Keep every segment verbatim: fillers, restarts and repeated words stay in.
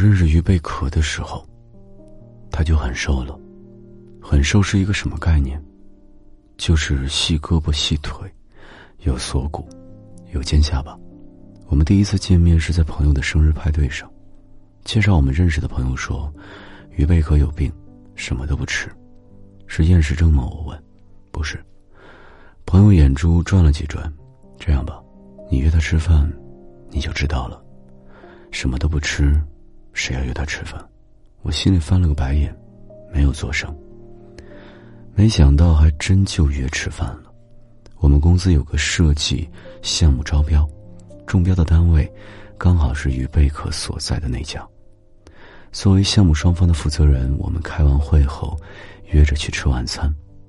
认识于贝壳的时候，他就很瘦了。很瘦是一个什么概念？就是细胳膊细腿，有锁骨，有尖下巴。我们第一次见面是在朋友的生日派对上，介绍我们认识的朋友说，于贝壳有病，什么都不吃。是厌食症吗？我问。不是。朋友眼珠转了几转，这样吧，你约他吃饭，你就知道了。什么都不吃，谁要约他吃饭？我心里翻了个白眼，没有作声。没想到还真就约吃饭了。我们公司有个设计项目招标，中标的单位刚好是于贝壳所在的那家。作为项目双方的负责人，我们开完会后约着去吃晚餐。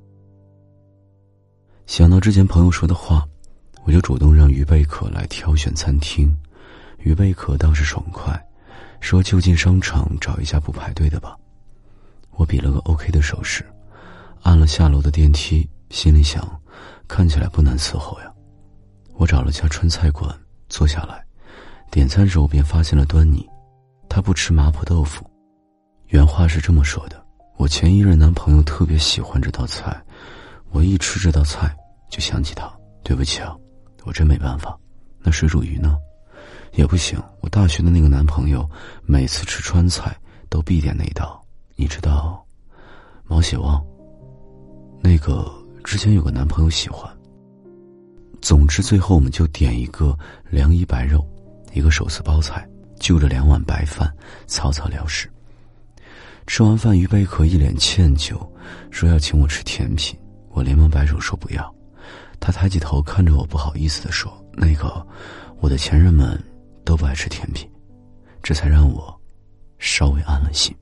想到之前朋友说的话，我就主动让于贝壳来挑选餐厅。于贝壳倒是爽快，说就近商场找一家不排队的吧。我比了个 OK 的手势，按了下楼的电梯，心里想，看起来不难伺候呀。我找了家川菜馆坐下来，点餐时候便发现了端倪，他不吃麻婆豆腐。原话是这么说的，我前一任男朋友特别喜欢这道菜，我一吃这道菜就想起他，对不起啊，我真没办法。那水煮鱼呢？也不行，我大学的那个男朋友每次吃川菜都必点那道，你知道毛血旺？那个之前有个男朋友喜欢。总之最后我们就点一个凉衣白肉，一个手撕包菜，就着两碗白饭草草了事。吃完饭，于贝壳一脸歉疚，说要请我吃甜品，我连忙摆手说不要。他抬起头看着我，不好意思地说，那个我的前任们都不爱吃甜品。这才让我稍微安了心。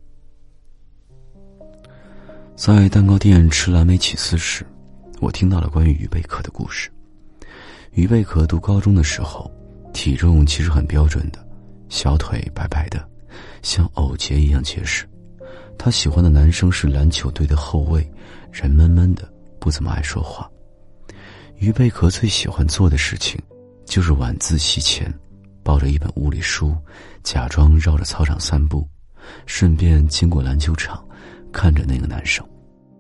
在蛋糕店吃蓝莓起司时，我听到了关于于贝壳的故事。于贝壳读高中的时候，体重其实很标准的，小腿白白的，像藕节一样结实。他喜欢的男生是篮球队的后卫，人闷闷的，不怎么爱说话。于贝壳最喜欢做的事情，就是晚自习前抱着一本物理书，假装绕着操场散步，顺便经过篮球场，看着那个男生。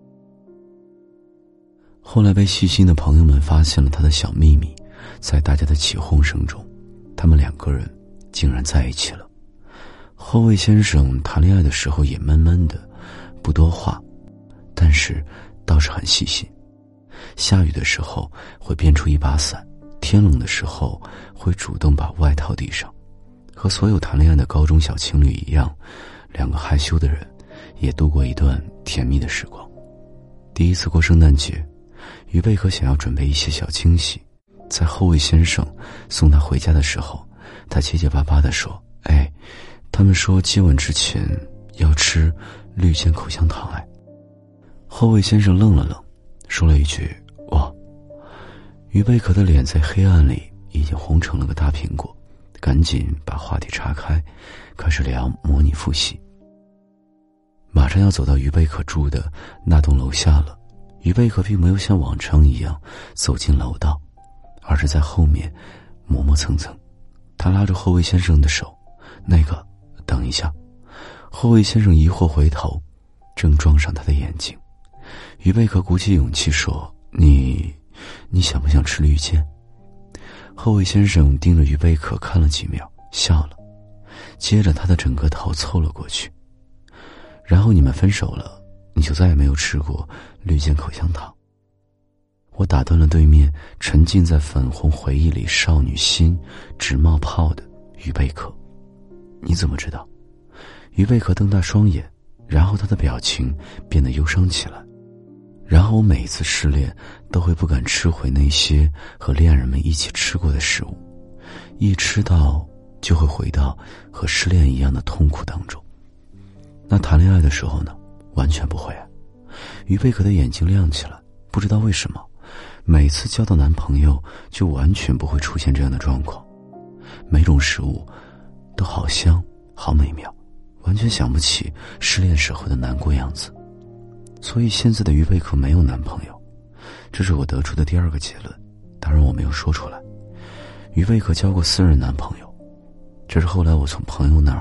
后来被细心的朋友们发现了他的小秘密，在大家的起哄声中，他们两个人竟然在一起了。后卫先生谈恋爱的时候也闷闷的，不多话，但是倒是很细心。下雨的时候会变出一把伞，天冷的时候会主动把外套递上。和所有谈恋爱的高中小情侣一样，两个害羞的人也度过一段甜蜜的时光。第一次过圣诞节，于贝壳想要准备一些小惊喜，在后卫先生送他回家的时候，他结结巴巴地说，哎，他们说接吻之前要吃绿箭口香糖。哎，后卫先生愣了愣，说了一句，哇。于贝壳的脸在黑暗里已经红成了个大苹果，赶紧把话题岔开，开始聊模拟复习。马上要走到于贝壳住的那栋楼下了，于贝壳并没有像往常一样走进楼道，而是在后面磨磨蹭蹭。他拉着后卫先生的手，那个等一下。后卫先生疑惑回头，正撞上他的眼睛。于贝壳鼓起勇气说，你你想不想吃绿箭？后卫先生盯着于贝壳看了几秒，笑了，接着他的整个头凑了过去。然后你们分手了，你就再也没有吃过绿箭口香糖。我打断了对面沉浸在粉红回忆里少女心直冒泡的于贝壳。你怎么知道？于贝壳瞪大双眼，然后他的表情变得忧伤起来。然后我每次失恋都会不敢吃回那些和恋人们一起吃过的食物，一吃到就会回到和失恋一样的痛苦当中。那谈恋爱的时候呢？完全不会啊。于贝壳的眼睛亮起来，不知道为什么，每次交到男朋友就完全不会出现这样的状况。每种食物都好香好美妙，完全想不起失恋时候的难过样子。所以现在的于贝壳没有男朋友，这是我得出的第二个结论，当然我没有说出来。于贝壳交过四任男朋友，这是后来我从朋友那儿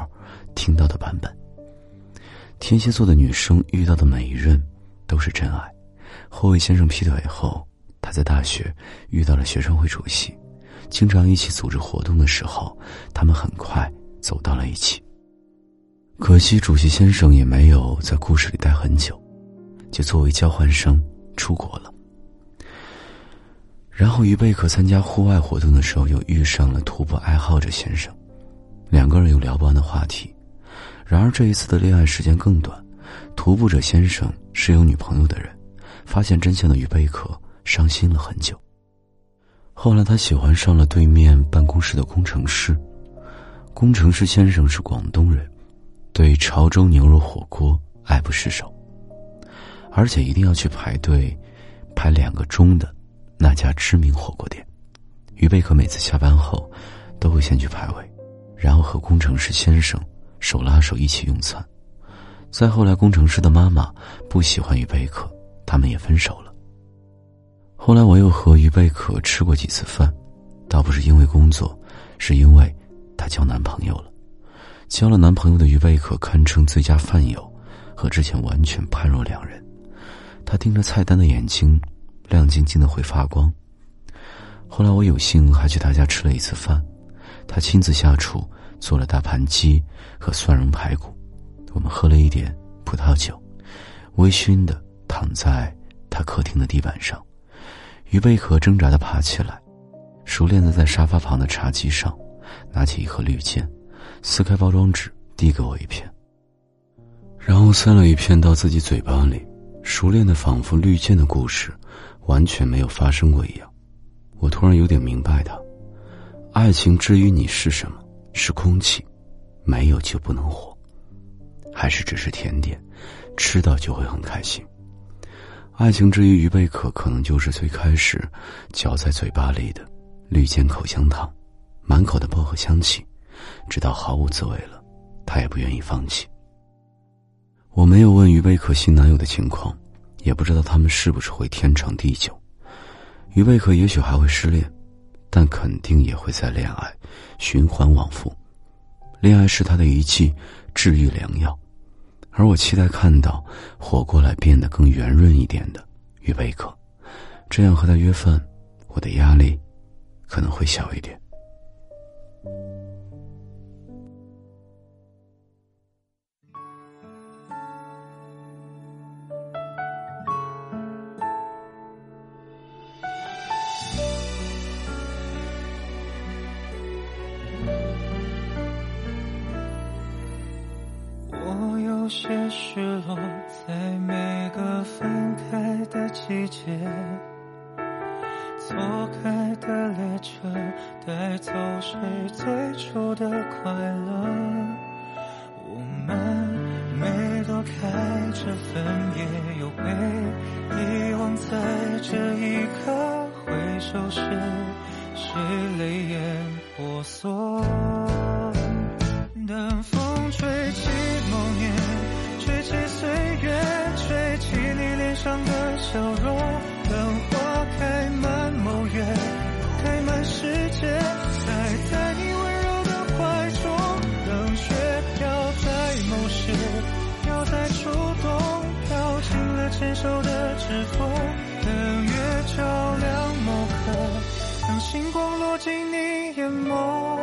听到的版本。天蝎座的女生遇到的每一任都是真爱。后卫先生劈腿后，他在大学遇到了学生会主席，经常一起组织活动的时候，他们很快走到了一起。可惜主席先生也没有在故事里待很久，就作为交换生出国了。然后于贝壳参加户外活动的时候，又遇上了徒步爱好者先生，两个人有聊不完的话题。然而这一次的恋爱时间更短，徒步者先生是有女朋友的人，发现真相的于贝壳伤心了很久。后来他喜欢上了对面办公室的工程师，工程师先生是广东人，对潮州牛肉火锅爱不释手，而且一定要去排队排两个钟的那家知名火锅店。于贝壳每次下班后都会先去排位，然后和工程师先生手拉手一起用餐。再后来工程师的妈妈不喜欢于贝壳，他们也分手了。后来我又和于贝壳吃过几次饭，倒不是因为工作，是因为她交男朋友了。交了男朋友的于贝壳堪称最佳饭友，和之前完全判若两人。她盯着菜单的眼睛亮晶晶的会发光。后来我有幸还去她家吃了一次饭，她亲自下厨做了大盘鸡和蒜蓉排骨，我们喝了一点葡萄酒，微醺的躺在她客厅的地板上。于贝壳挣扎地爬起来，熟练地在沙发旁的茶几上拿起一盒绿箭，撕开包装纸递给我一片，然后塞了一片到自己嘴巴里，熟练的仿佛绿箭的故事完全没有发生过一样。我突然有点明白他，爱情之于你是什么？是空气，没有就不能活，还是只是甜点，吃到就会很开心。爱情之于于贝壳可能就是最开始嚼在嘴巴里的绿箭口香糖，满口的薄荷香气，直到毫无滋味了，他也不愿意放弃。我没有问于贝壳新男友的情况，也不知道他们是不是会天长地久。于贝壳也许还会失恋，但肯定也会在恋爱循环往复。恋爱是他的一剂治愈良药，而我期待看到活过来变得更圆润一点的于贝壳，这样和他约饭，我的压力可能会小一点。 有些失落，在每个分开的季节，错开的列车带走谁最初的快乐。我们没躲开这分别，又被遗忘在这一刻，回首时谁泪眼婆娑。等风吹起某年，吹起岁月，吹起你脸上的笑容。等花开满某月，开满世界，才在你温柔的怀中。等雪飘在某时，飘在初冬，飘进了牵手的指缝。等月照亮某刻，让星光落进你眼眸。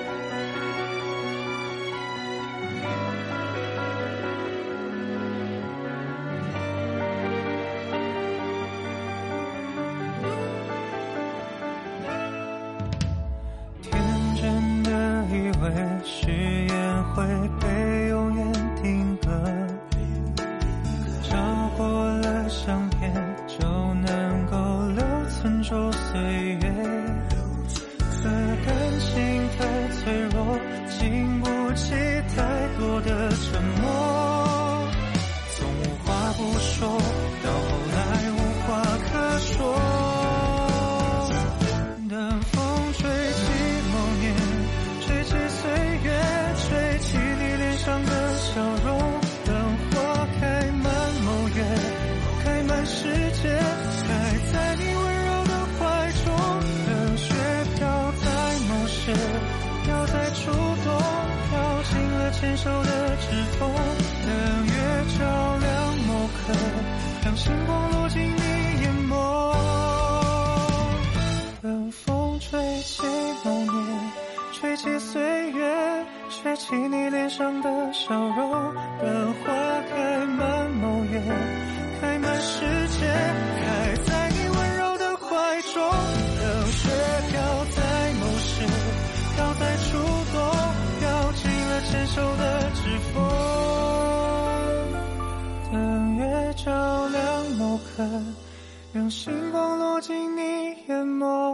誓言会被永远定格，照过了相片就能够留存住岁月。可感情太脆弱，经不起太多的沉默。从无话不说到后来无话可说。等风吹起某年，吹起岁月，吹起你脸上的笑容。等花开满某月，开满世界，开在你温柔的怀中。等雪飘在某时，飘在初冬，飘进了牵手的让星光落进你眼眸。等风吹起某年，吹起岁月，吹起你脸上的笑容。等花开满某月，开满世界，开在你温柔的怀中。等雪飘在某时，飘在触动，飘进了牵手的指缝。等月照亮某刻，让星光落进你眼眸。